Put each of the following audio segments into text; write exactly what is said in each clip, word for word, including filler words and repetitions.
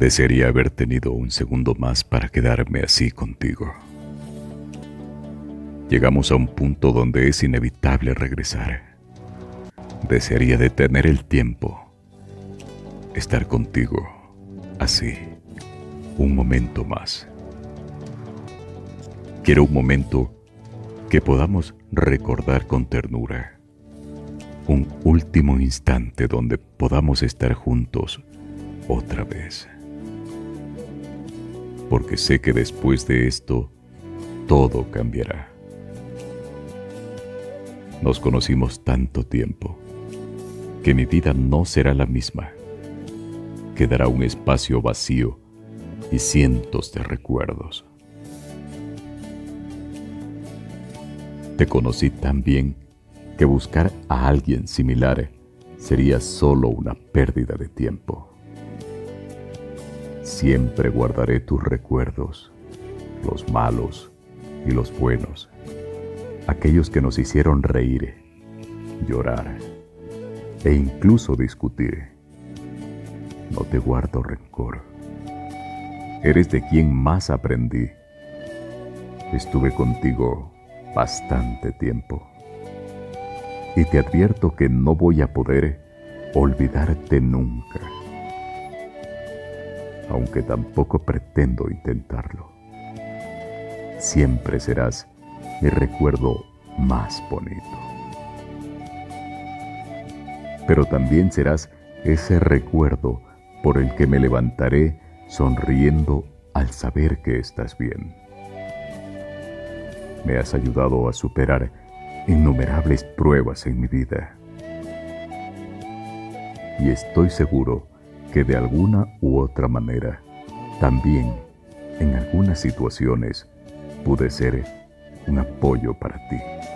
Desearía haber tenido un segundo más para quedarme así contigo. Llegamos a un punto donde es inevitable regresar. Desearía detener el tiempo, estar contigo, así, un momento más. Quiero un momento que podamos recordar con ternura. Un último instante donde podamos estar juntos otra vez. Porque sé que después de esto, todo cambiará. Nos conocimos tanto tiempo que mi vida no será la misma. Quedará un espacio vacío y cientos de recuerdos. Te conocí tan bien que buscar a alguien similar sería solo una pérdida de tiempo. Siempre guardaré tus recuerdos, los malos y los buenos, aquellos que nos hicieron reír, llorar e incluso discutir. No te guardo rencor. Eres de quien más aprendí. Estuve contigo bastante tiempo. Y te advierto que no voy a poder olvidarte nunca. Aunque tampoco pretendo intentarlo. Siempre serás mi recuerdo más bonito. Pero también serás ese recuerdo por el que me levantaré sonriendo al saber que estás bien. Me has ayudado a superar innumerables pruebas en mi vida. Y estoy seguro que de alguna u otra manera, también en algunas situaciones, pude ser un apoyo para ti.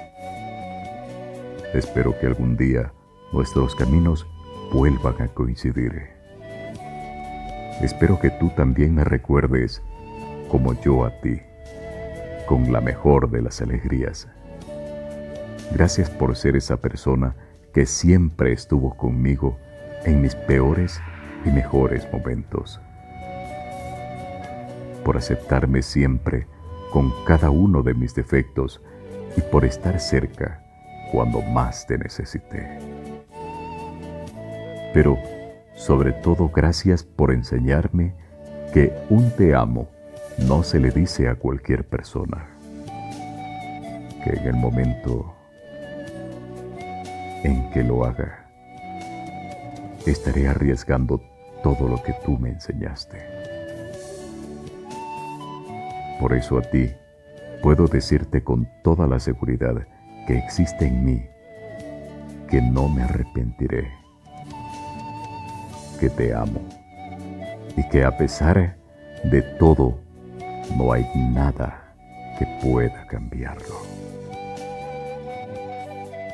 Espero que algún día nuestros caminos vuelvan a coincidir. Espero que tú también me recuerdes como yo a ti, con la mejor de las alegrías. Gracias por ser esa persona que siempre estuvo conmigo en mis peores y mejores momentos. Por aceptarme siempre con cada uno de mis defectos y por estar cerca cuando más te necesité. Pero, sobre todo, gracias por enseñarme que un te amo no se le dice a cualquier persona. Que en el momento en que lo haga, estaré arriesgando todo lo que tú me enseñaste. Por eso a ti puedo decirte con toda la seguridad que existe en mí, que no me arrepentiré, que te amo y que a pesar de todo no hay nada que pueda cambiarlo.